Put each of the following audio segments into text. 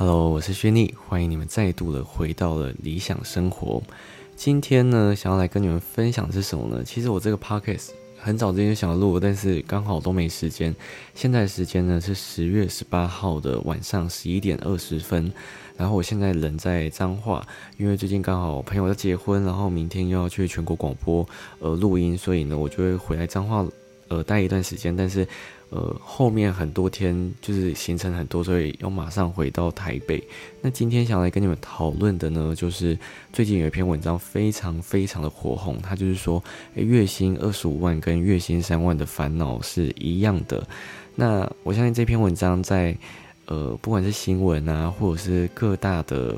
Hello， 我是轩尼，欢迎你们再度的回到了理想生活。今天呢，想要来跟你们分享的是什么呢？其实我这个 podcast 很早之前就想录，但是刚好都没时间。现在的时间呢是10月18号的晚上11点20分。然后我现在人在彰化，因为最近刚好朋友要结婚，然后明天又要去全国广播录音，所以呢我就会回来彰化待一段时间，但是后面很多天就是行程很多，所以要马上回到台北。那今天想来跟你们讨论的呢，就是最近有一篇文章非常非常的火红，它就是说月薪25万跟月薪3万的烦恼是一样的。那我相信这篇文章在不管是新闻啊，或者是各大的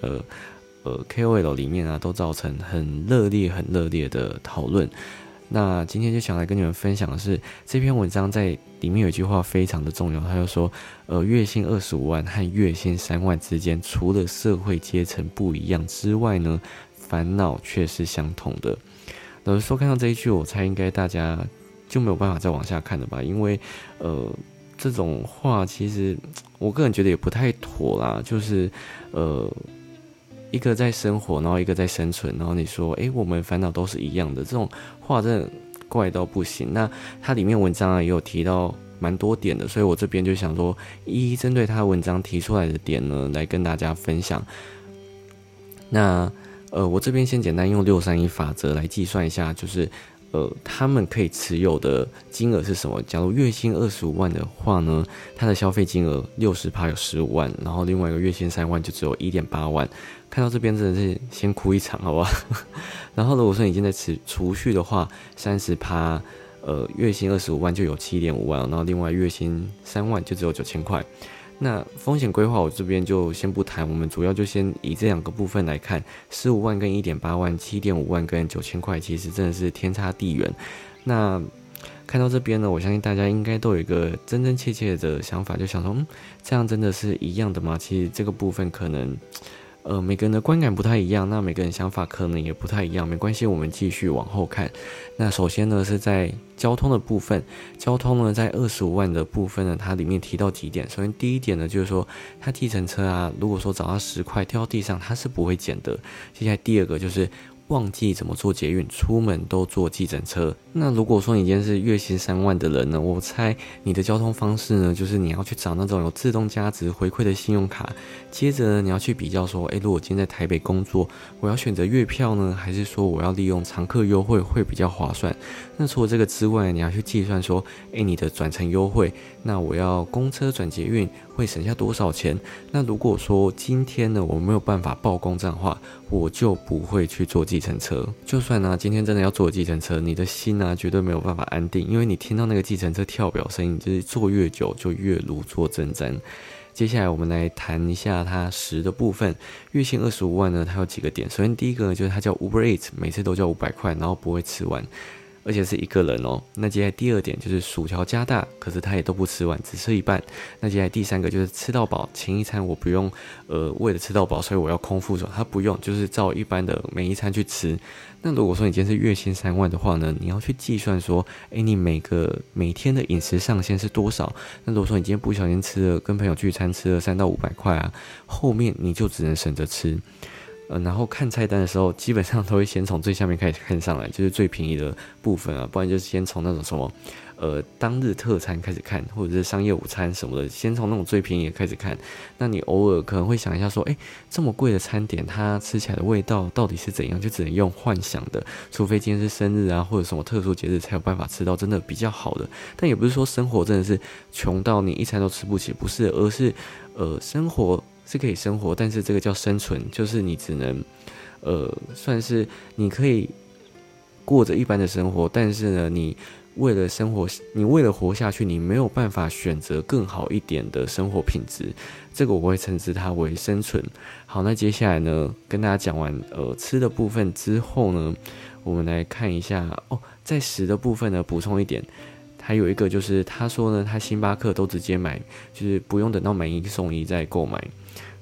KOL 里面啊，都造成很热烈的讨论。那今天就想来跟你们分享的是，这篇文章在里面有一句话非常的重要，他就说月薪25万和月薪3万之间，除了社会阶层不一样之外呢，烦恼却是相同的。老实说，看到这一句，我猜应该大家就没有办法再往下看了吧，因为这种话其实我个人觉得也不太妥啦，就是一个在生活，然后一个在生存，然后你说我们烦恼都是一样的，这种话真的怪到不行。那它里面文章也有提到蛮多点的，所以我这边就想说一一针对他文章提出来的点呢来跟大家分享。那我这边先简单用631法则来计算一下，就是他们可以持有的金额是什么？假如月薪25万的话呢，他的消费金额60%有15万，然后另外一个月薪3万就只有1.8万。看到这边真的是先哭一场，好不好？然后如果说你现在储蓄的话，30%，月薪25万就有7.5万，然后另外月薪3万就只有9000块。那风险规划我这边就先不谈，我们主要就先以这两个部分来看，15万跟1.8万，7.5万跟9000块，其实真的是天差地远。那看到这边呢，我相信大家应该都有一个真真切切的想法，就想说，这样真的是一样的吗？其实这个部分可能每个人的观感不太一样，那每个人想法可能也不太一样，没关系，我们继续往后看。那首先呢是在交通的部分，交通呢在25万的部分呢，它里面提到几点。首先第一点呢就是说，它计程车啊，如果说找到10块掉到地上，它是不会捡的。接下来第二个就是忘记怎么坐捷运，出门都坐计程车。那如果说你今天是月薪3万的人呢，我猜你的交通方式呢，就是你要去找那种有自动加值回馈的信用卡。接着呢，你要去比较说，如果今天在台北工作，我要选择月票呢，还是说我要利用常客优惠会比较划算？那除了这个之外，你要去计算说，你的转乘优惠，那我要公车转捷运会省下多少钱？那如果说今天呢，我没有办法报公账的话，我就不会去坐计程车。就算呢，今天真的要坐计程车，你的心呢绝对没有办法安定，因为你听到那个计程车跳表声音，就是坐越久就越如坐针毡。接下来我们来谈一下它10的部分，月薪25万呢，它有几个点。首先第一个呢，就是它叫 Uber Eats， 每次都叫500块，然后不会吃完，而且是一个人哦。那接下来第二点就是薯条加大，可是他也都不吃完，只吃一半。那接下来第三个就是吃到饱，前一餐我不用为了吃到饱，所以我要空腹手，他不用，就是照一般的每一餐去吃。那如果说你今天是月薪3万的话呢，你要去计算说，你每天的饮食上限是多少？那如果说你今天不小心跟朋友聚餐吃了300到500块啊，后面你就只能省着吃。然后看菜单的时候，基本上都会先从最下面开始看上来，就是最便宜的部分啊，不然就是先从那种什么当日特餐开始看，或者是商业午餐什么的，先从那种最便宜的开始看。那你偶尔可能会想一下说，这么贵的餐点，它吃起来的味道到底是怎样？就只能用幻想的，除非今天是生日啊，或者什么特殊节日才有办法吃到真的比较好的。但也不是说生活真的是穷到你一餐都吃不起，不是，而是生活是可以生活，但是这个叫生存，就是你只能算是你可以过着一般的生活，但是呢，你为了活下去，你没有办法选择更好一点的生活品质，这个我会称之它为生存。好，那接下来呢，跟大家讲完吃的部分之后呢，我们来看一下在10的部分呢，补充一点。还有一个就是他说呢，他星巴克都直接买，就是不用等到买1送1再购买。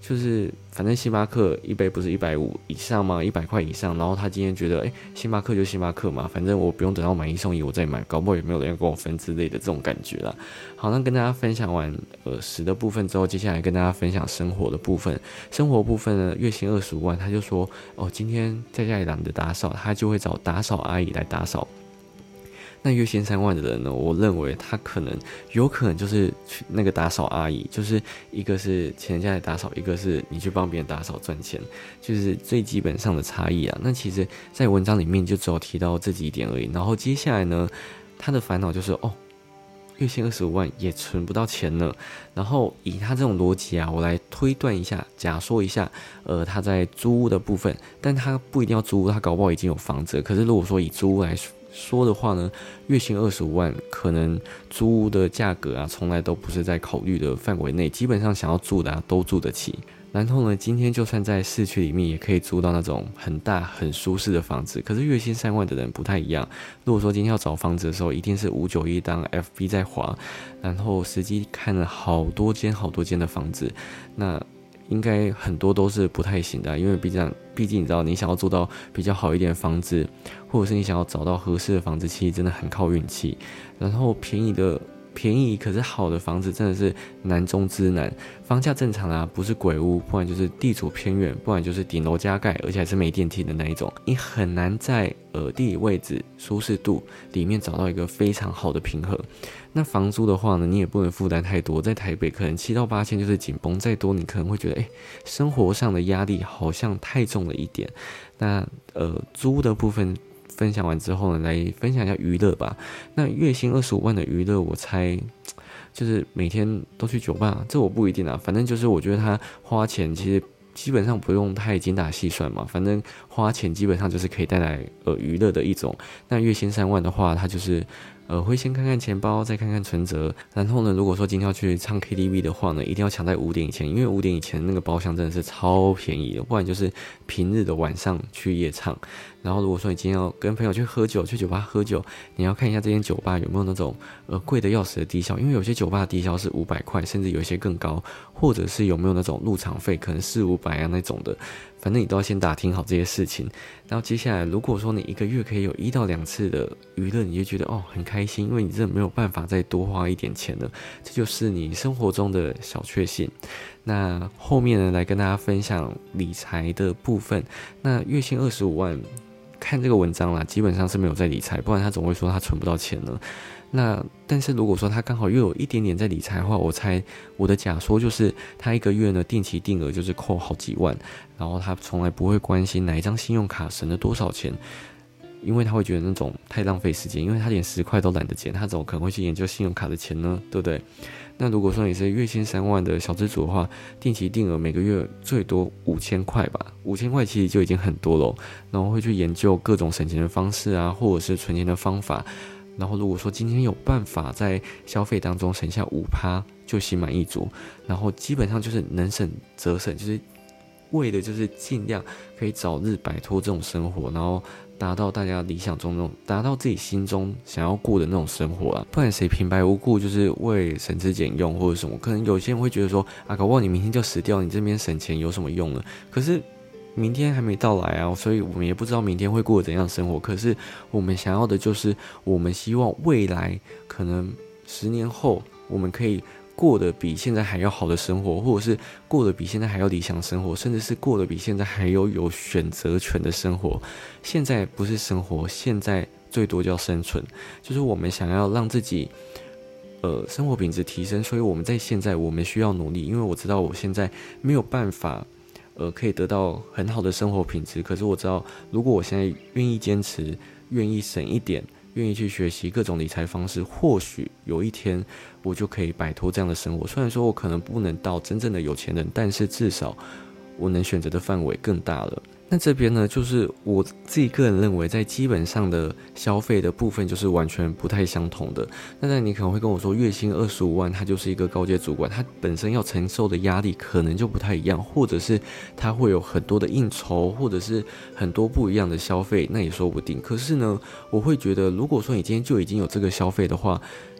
就是反正星巴克一杯不是150以上吗？100块以上，然后他今天觉得，星巴克就星巴克嘛，反正我不用等到买1送1我再买，搞不好也没有人要跟我分之类的这种感觉啦。好，那跟大家分享完食的部分之后，接下来跟大家分享生活的部分。生活部分呢，月薪25万，他就说，今天在家里懒得打扫，他就会找打扫阿姨来打扫。那月薪3万的人呢，我认为他有可能就是那个打扫阿姨，就是一个是请人家来打扫，一个是你去帮别人打扫赚钱，就是最基本上的差异啊。那其实在文章里面就只有提到这几点而已。然后接下来呢，他的烦恼就是月薪25万也存不到钱呢。然后以他这种逻辑啊，我来推断一下，假说一下，他在租屋的部分，但他不一定要租屋，他搞不好已经有房子了。可是如果说以租屋来说的话呢，月薪25万，可能租屋的价格啊，从来都不是在考虑的范围内，基本上想要住的都住得起。然后呢，今天就算在市区里面，也可以租到那种很大很舒适的房子。可是月薪3万的人不太一样。如果说今天要找房子的时候，一定是591当 FB 在滑，然后实际看了好多间的房子，那应该很多都是不太行的，因为毕竟你知道，你想要做到比较好一点的房子，或者是你想要找到合适的房子，其实真的很靠运气。然后便宜可是好的房子真的是难中之难，房价正常啊，不是鬼屋，不然就是地处偏远，不然就是顶楼加盖，而且还是没电梯的那一种，你很难在地理位置、舒适度里面找到一个非常好的平衡。那房租的话呢，你也不能负担太多，在台北可能7到8千就是紧绷，再多你可能会觉得生活上的压力好像太重了一点。那租的部分分享完之后呢，来分享一下娱乐吧。那月薪25万的娱乐，我猜就是每天都去酒吧，这我不一定啊。反正就是我觉得他花钱其实基本上不用太精打细算嘛，反正花钱基本上就是可以带来娱乐的一种。那月薪3万的话，他就是会先看看钱包，再看看存折。然后呢，如果说今天要去唱 KTV 的话呢，一定要抢在5点以前，因为5点以前那个包厢真的是超便宜的，不然就是平日的晚上去夜唱。然后如果说你今天要跟朋友去喝酒，去酒吧喝酒，你要看一下这间酒吧有没有那种贵的要死的低消，因为有些酒吧的低消是500块，甚至有一些更高，或者是有没有那种入场费可能400-500啊那种的。反正你都要先打听好这些事情。然后接下来如果说你一个月可以有1到2次的娱乐，你就觉得很开心，因为你真的没有办法再多花一点钱了，这就是你生活中的小确幸。那后面呢，来跟大家分享理财的部分。那月薪25万，看这个文章啦，基本上是没有在理财，不然他总会说他存不到钱了。那但是如果说他刚好又有一点点在理财的话，我猜我的假说就是他一个月呢定期定额就是扣好几万，然后他从来不会关心哪一张信用卡省了多少钱，因为他会觉得那种太浪费时间，因为他连10块都懒得减，他怎么可能会去研究信用卡的钱呢？对不对？那如果说你是月薪3万的小资主的话，定期定额每个月最多5000块吧，5000块其实就已经很多了。然后会去研究各种省钱的方式啊，或者是存钱的方法。然后如果说今天有办法在消费当中省下5%，就心满意足。然后基本上就是能省则省，就是为的就是尽量可以早日摆脱这种生活，然后达到大家理想中那种，达到自己心中想要过的那种生活啊。不然谁平白无故就是为省吃俭用或者什么？可能有些人会觉得说搞不好你明天就死掉，你这边省钱有什么用呢？可是明天还没到来啊，所以我们也不知道明天会过怎样的生活。可是我们想要的就是，我们希望未来可能10年后，我们可以过得比现在还要好的生活，或者是过得比现在还要理想的生活，甚至是过得比现在还有选择权的生活。现在不是生活，现在最多叫生存，就是我们想要让自己生活品质提升，所以我们在现在我们需要努力，因为我知道我现在没有办法可以得到很好的生活品质，可是我知道如果我现在愿意坚持，愿意省一点，愿意去学习各种理财方式，或许有一天我就可以摆脱这样的生活。虽然说我可能不能到真正的有钱人，但是至少我能选择的范围更大了。那这边呢，就是我自己个人认为，在基本上的消费的部分就是完全不太相同的。那但你可能会跟我说，月薪25万，他就是一个高阶主管，他本身要承受的压力可能就不太一样，或者是他会有很多的应酬，或者是很多不一样的消费，那也说不定。可是呢，我会觉得，如果说你今天就已经有这个消费的话，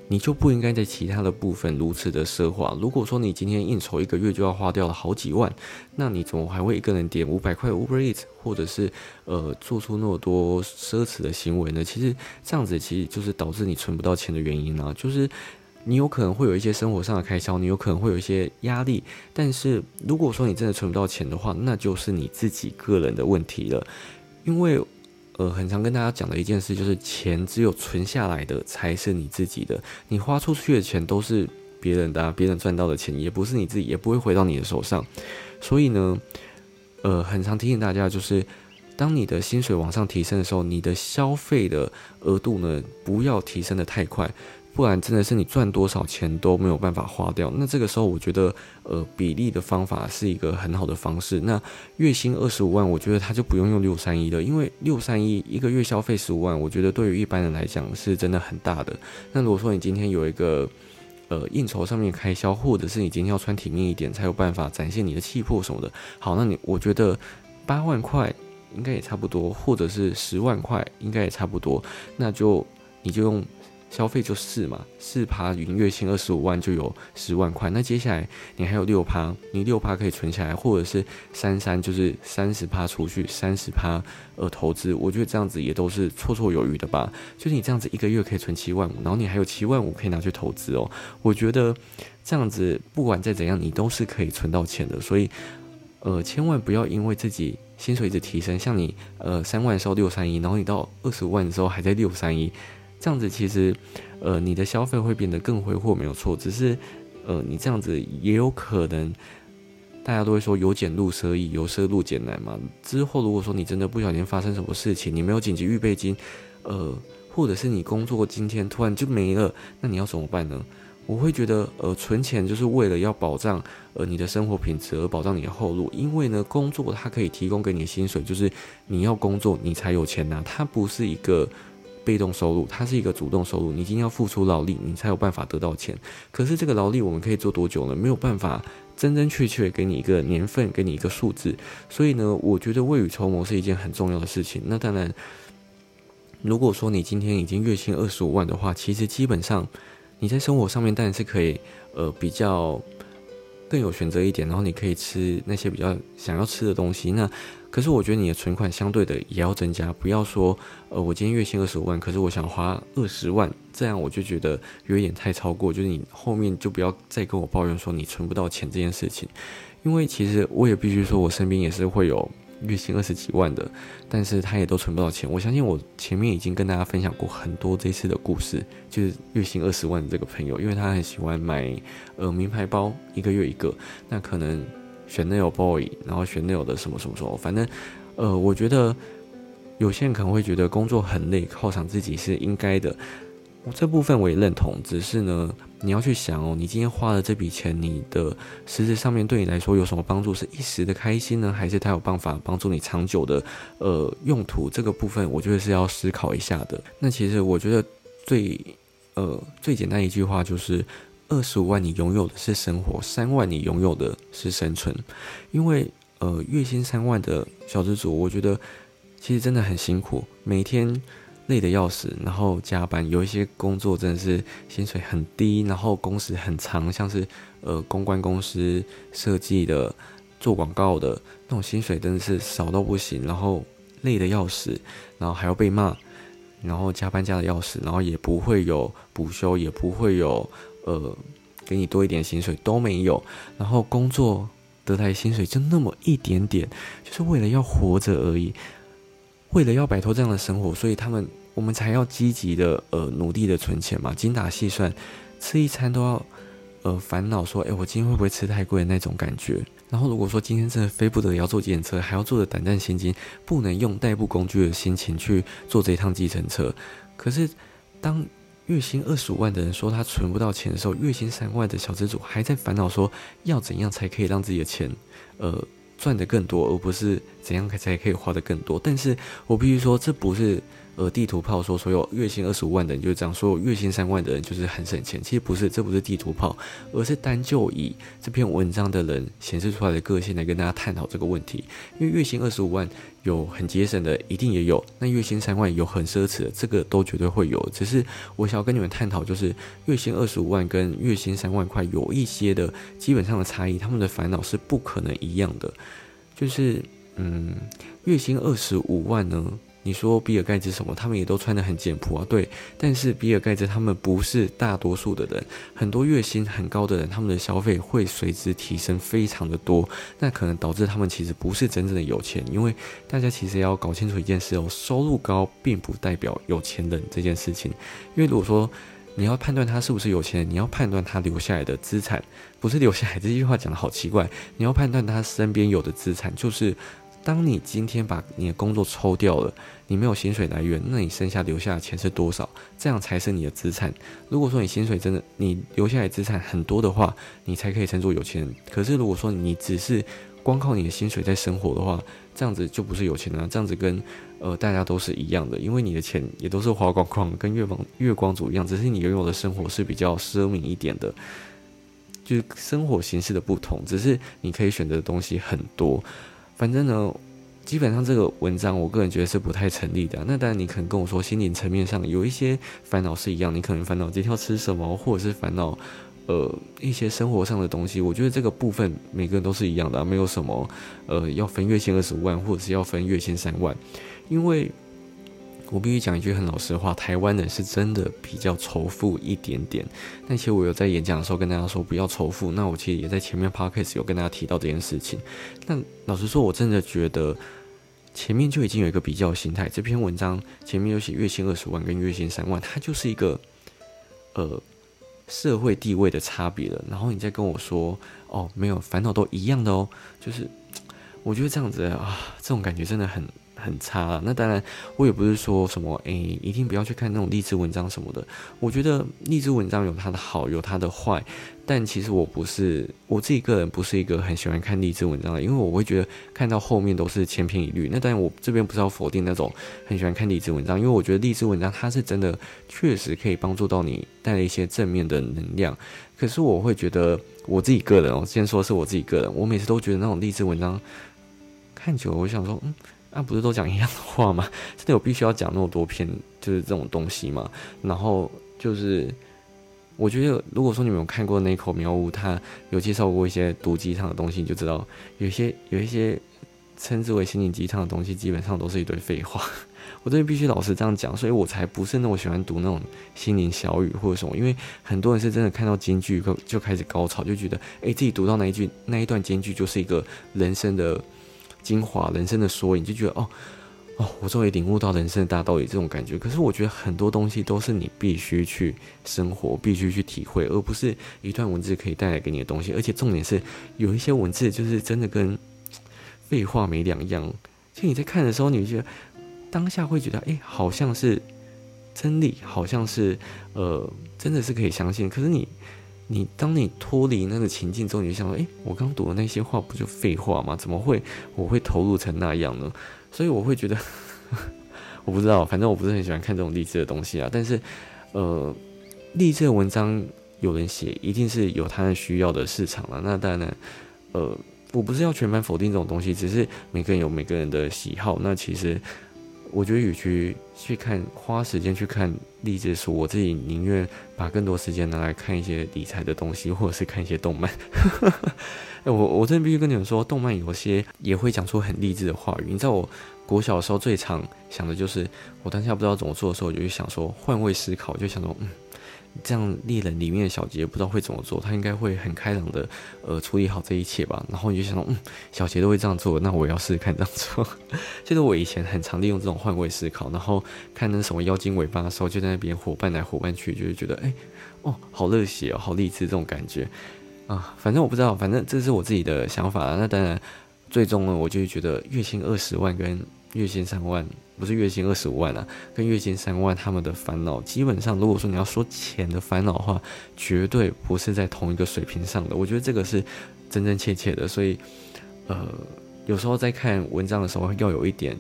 你就不应该在其他的部分如此的奢华。如果说你今天应酬1个月就要花掉了好几万，那你怎么还会一个人点500块 Uber Eats， 或者是做出那么多奢侈的行为呢？其实这样子其实就是导致你存不到钱的原因啊。就是你有可能会有一些生活上的开销，你有可能会有一些压力，但是如果说你真的存不到钱的话，那就是你自己个人的问题了。因为很常跟大家讲的一件事就是钱只有存下来的才是你自己的，你花出去的钱都是别人的别人赚到的钱，也不是你自己，也不会回到你的手上。所以呢很常提醒大家，就是当你的薪水往上提升的时候，你的消费的额度呢不要提升的太快，不然真的是你赚多少钱都没有办法花掉。那这个时候我觉得比例的方法是一个很好的方式。那月薪25万，我觉得他就不用631的，因为631一个月消费15万，我觉得对于一般人来讲是真的很大的。那如果说你今天有一个应酬上面开销，或者是你今天要穿体面一点才有办法展现你的气魄什么的，好，那我觉得8万块应该也差不多，或者是10万块应该也差不多，那你就用消费就4嘛，4%云月薪25万就有10万块。那接下来你还有6%，你6%可以存下来，或者是33，就是30%储蓄，30%投资。我觉得这样子也都是绰绰有余的吧。就是你这样子一个月可以存7万5，然后你还有7万5可以拿去投资哦。我觉得这样子不管再怎样，你都是可以存到钱的。所以千万不要因为自己薪水一直提升，像你3万的时候631，然后你到25万的时候还在631。这样子其实，你的消费会变得更挥霍，没有错。只是，你这样子也有可能，大家都会说由俭入奢易，由奢入俭难嘛。之后如果说你真的不小心发生什么事情，你没有紧急预备金，或者是你工作今天突然就没了，那你要怎么办呢？我会觉得，存钱就是为了要保障你的生活品质，而保障你的后路。因为呢，工作它可以提供给你的薪水，就是你要工作你才有钱拿，它不是一个被动收入，它是一个主动收入，你今天要付出劳力，你才有办法得到钱。可是这个劳力我们可以做多久呢？没有办法真真确确给你一个年份，给你一个数字。所以呢，我觉得未雨绸缪是一件很重要的事情。那当然，如果说你今天已经月薪25万的话，其实基本上你在生活上面当然是可以比较更有选择一点，然后你可以吃那些比较想要吃的东西。那可是我觉得你的存款相对的也要增加，不要说我今天月薪25万，可是我想花20万，这样我就觉得有一点太超过。就是你后面就不要再跟我抱怨说你存不到钱这件事情，因为其实我也必须说，我身边也是会有月薪20几万的，但是他也都存不到钱。我相信我前面已经跟大家分享过很多这次的故事，就是月薪20万的这个朋友，因为他很喜欢买名牌包，一个月一个，那可能Chanel Boy， 然后Chanel的什么什么什么，反正我觉得有些人可能会觉得工作很累，犒赏自己是应该的。这部分我也认同，只是呢，你要去想哦，你今天花了这笔钱，你的实质上面对你来说有什么帮助？是一时的开心呢，还是它有办法帮助你长久的用途？这个部分我觉得是要思考一下的。那其实我觉得最简单一句话就是25万你拥有的是生活，3万你拥有的是生存。因为月薪3万的小资族，我觉得其实真的很辛苦，每天累得要死，然后加班，有一些工作真的是薪水很低，然后工时很长，像是公关公司设计的、做广告的那种薪水真的是少到不行，然后累得要死，然后还要被骂，然后加班加得要死，然后也不会有补休，也不会有给你多一点薪水，都没有，然后工作得来薪水就那么一点点，就是为了要活着而已，为了要摆脱这样的生活，所以我们才要积极的努力的存钱嘛，精打细算，吃一餐都要烦恼说，我今天会不会吃太贵的那种感觉。然后如果说今天真的非不得已要坐计程车，还要坐着胆战心惊，不能用代步工具的心情去坐这一趟计程车。可是当月薪25万的人说他存不到钱的时候，月薪3万的小资主还在烦恼说要怎样才可以让自己的钱赚得更多，而不是怎样才可以花得更多。但是我必须说，这不是地图炮说所有月薪25万的人就是这样，所有月薪3万的人就是很省钱。其实不是，这不是地图炮，而是单就以这篇文章的人显示出来的个性来跟大家探讨这个问题。因为月薪25万有很节省的，一定也有；那月薪3万有很奢侈的，这个都绝对会有。只是我想要跟你们探讨，就是月薪25万跟月薪3万块有一些的基本上的差异，他们的烦恼是不可能一样的。就是月薪25万呢，你说比尔盖茨什么，他们也都穿得很简朴啊，对。但是比尔盖茨他们不是大多数的人，很多月薪很高的人，他们的消费会随之提升非常的多，那可能导致他们其实不是真正的有钱。因为大家其实要搞清楚一件事哦，收入高并不代表有钱人这件事情。因为如果说你要判断他是不是有钱人，你要判断他留下来的资产，不是留下来，这句话讲得好奇怪。你要判断他身边有的资产，就是当你今天把你的工作抽掉了，你没有薪水来源，那你剩下留下的钱是多少？这样才是你的资产。如果说你薪水真的，你留下来的资产很多的话，你才可以称作有钱人。可是如果说你只是光靠你的薪水在生活的话，这样子就不是有钱人，这样子跟大家都是一样的，因为你的钱也都是花光光，跟月光族一样，只是你拥有的生活是比较奢靡一点的，就是生活形式的不同，只是你可以选择的东西很多。反正呢，基本上这个文章我个人觉得是不太成立的。那当然你可能跟我说心灵层面上有一些烦恼是一样，你可能烦恼今天要吃什么，或者是烦恼一些生活上的东西，我觉得这个部分每个人都是一样的没有什么要分月薪25万或者是要分月薪3万。因为我必须讲一句很老实的话，台湾人是真的比较仇富一点点。但其实我有在演讲的时候跟大家说不要仇富，那我其实也在前面 podcast 有跟大家提到这件事情。但老实说，我真的觉得前面就已经有一个比较心态。这篇文章前面有写月薪20万跟月薪3万，它就是一个社会地位的差别了。然后你再跟我说没有，烦恼都一样的就是我觉得这样子这种感觉真的很差啦。那当然我也不是说什么一定不要去看那种励志文章什么的，我觉得励志文章有它的好有它的坏，但其实我自己个人不是一个很喜欢看励志文章的，因为我会觉得看到后面都是千篇一律。那当然我这边不是要否定那种很喜欢看励志文章，因为我觉得励志文章它是真的确实可以帮助到你，带来一些正面的能量。可是我会觉得我自己个人先说是我自己个人，我每次都觉得那种励志文章看久了，我想说不是都讲一样的话吗？真的有必须要讲那么多篇就是这种东西吗？然后就是我觉得如果说你们有看过那口苗屋，他有介绍过一些毒鸡汤的东西，你就知道有一些称之为心灵鸡汤的东西基本上都是一堆废话。我这边必须老实这样讲，所以我才不是那么喜欢读那种心灵小语或者什么，因为很多人是真的看到金句就开始高潮，就觉得自己读到那一段金句就是一个人生的精华，人生的缩影，就觉得我终于领悟到人生的大道理这种感觉。可是我觉得很多东西都是你必须去生活，必须去体会，而不是一段文字可以带来给你的东西。而且重点是有一些文字就是真的跟废话没两样，就你在看的时候你觉得当下会觉得好像是真理，好像是真的是可以相信。可是当你脱离那个情境之后，你就想说我刚读的那些话不就废话吗？怎么会我会投入成那样呢？所以我会觉得我不知道，反正我不是很喜欢看这种励志的东西啊。但是励志的文章有人写，一定是有他需要的市场了。那当然我不是要全盘否定这种东西，只是每个人有每个人的喜好。那其实我觉得与其去花时间去看励志书，我自己宁愿把更多时间拿来看一些理财的东西，或者是看一些动漫。我真的必须跟你们说，动漫有些也会讲出很励志的话语。你知道我国小的时候最常想的就是，我当下不知道怎么做的时候，我就想说换位思考，就想说这样猎人里面的小杰不知道会怎么做，他应该会很开朗的处理好这一切吧。然后你就想说小杰都会这样做，那我也要试试看这样做。就是我以前很常利用这种换位思考，然后看那什么妖精尾巴的时候，就在那边伙伴来伙伴去，就会觉得好热血好励志这种感觉反正我不知道，反正这是我自己的想法啦。那当然最终呢，我就会觉得月薪20万跟月薪3万，不是月薪25万跟月薪3万他们的烦恼，基本上如果说你要说钱的烦恼的话，绝对不是在同一个水平上的。我觉得这个是真真切切的。所以有时候在看文章的时候要有一点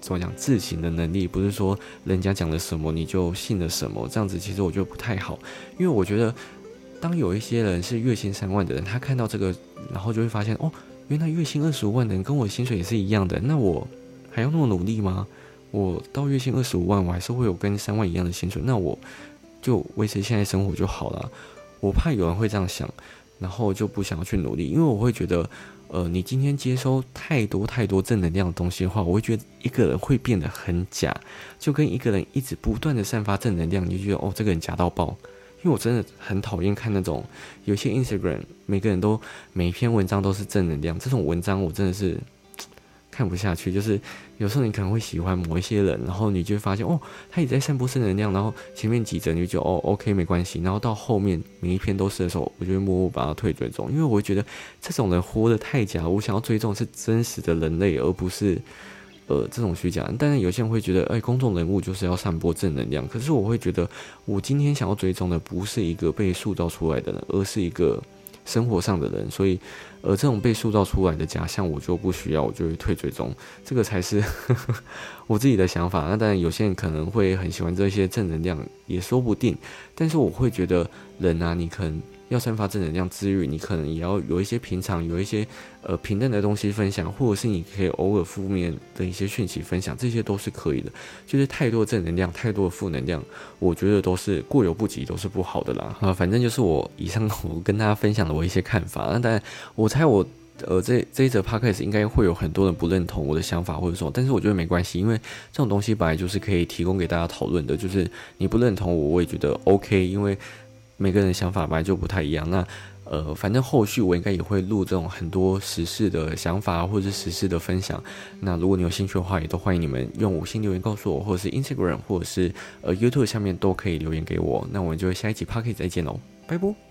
怎么讲自省的能力，不是说人家讲了什么你就信了什么，这样子其实我觉得不太好。因为我觉得当有一些人是月薪3万的人，他看到这个，然后就会发现哦，原来月薪25万的人跟我的薪水也是一样的，那我还要那么努力吗？我到月薪25万，我还是会有跟3万一样的薪水，那我就维持现在生活就好了。我怕有人会这样想，然后就不想要去努力，因为我会觉得你今天接收太多正能量的东西的话，我会觉得一个人会变得很假，就跟一个人一直不断的散发正能量，你就觉得哦，这个人假到爆。因为我真的很讨厌看那种有些 Instagram 每个人都每一篇文章都是正能量，这种文章我真的是看不下去。就是有时候你可能会喜欢某一些人，然后你就会发现哦，他也在散播正能量，然后前面几则你就觉得哦 OK 没关系，然后到后面每一篇都是的时候，我就会默默把他退追踪，因为我会觉得这种人活得太假，我想要追踪的是真实的人类，而不是这种虚假。但是有些人会觉得公众人物就是要散播正能量，可是我会觉得我今天想要追踪的不是一个被塑造出来的人，而是一个生活上的人，所以这种被塑造出来的假象我就不需要，我就会退追踪，这个才是我自己的想法。那当然有些人可能会很喜欢这些正能量，也说不定，但是我会觉得人啊，你可能要散发正能量之余，你可能也要有一些平常有一些平淡的东西分享，或者是你可以偶尔负面的一些讯息分享，这些都是可以的。就是太多正能量太多的负能量，我觉得都是过犹不及，都是不好的啦。反正就是我以上我跟大家分享了我一些看法。那当然我猜我这一则 podcast 应该会有很多人不认同我的想法或者什么，但是我觉得没关系，因为这种东西本来就是可以提供给大家讨论的，就是你不认同我也觉得 OK， 因为每个人的想法本来就不太一样。那反正后续我应该也会录这种很多时事的想法或者是时事的分享。那如果你有兴趣的话，也都欢迎你们用5星留言告诉我，或者是 Instagram 或者是YouTube 下面都可以留言给我。那我们就下一集 podcast 再见喽，拜拜。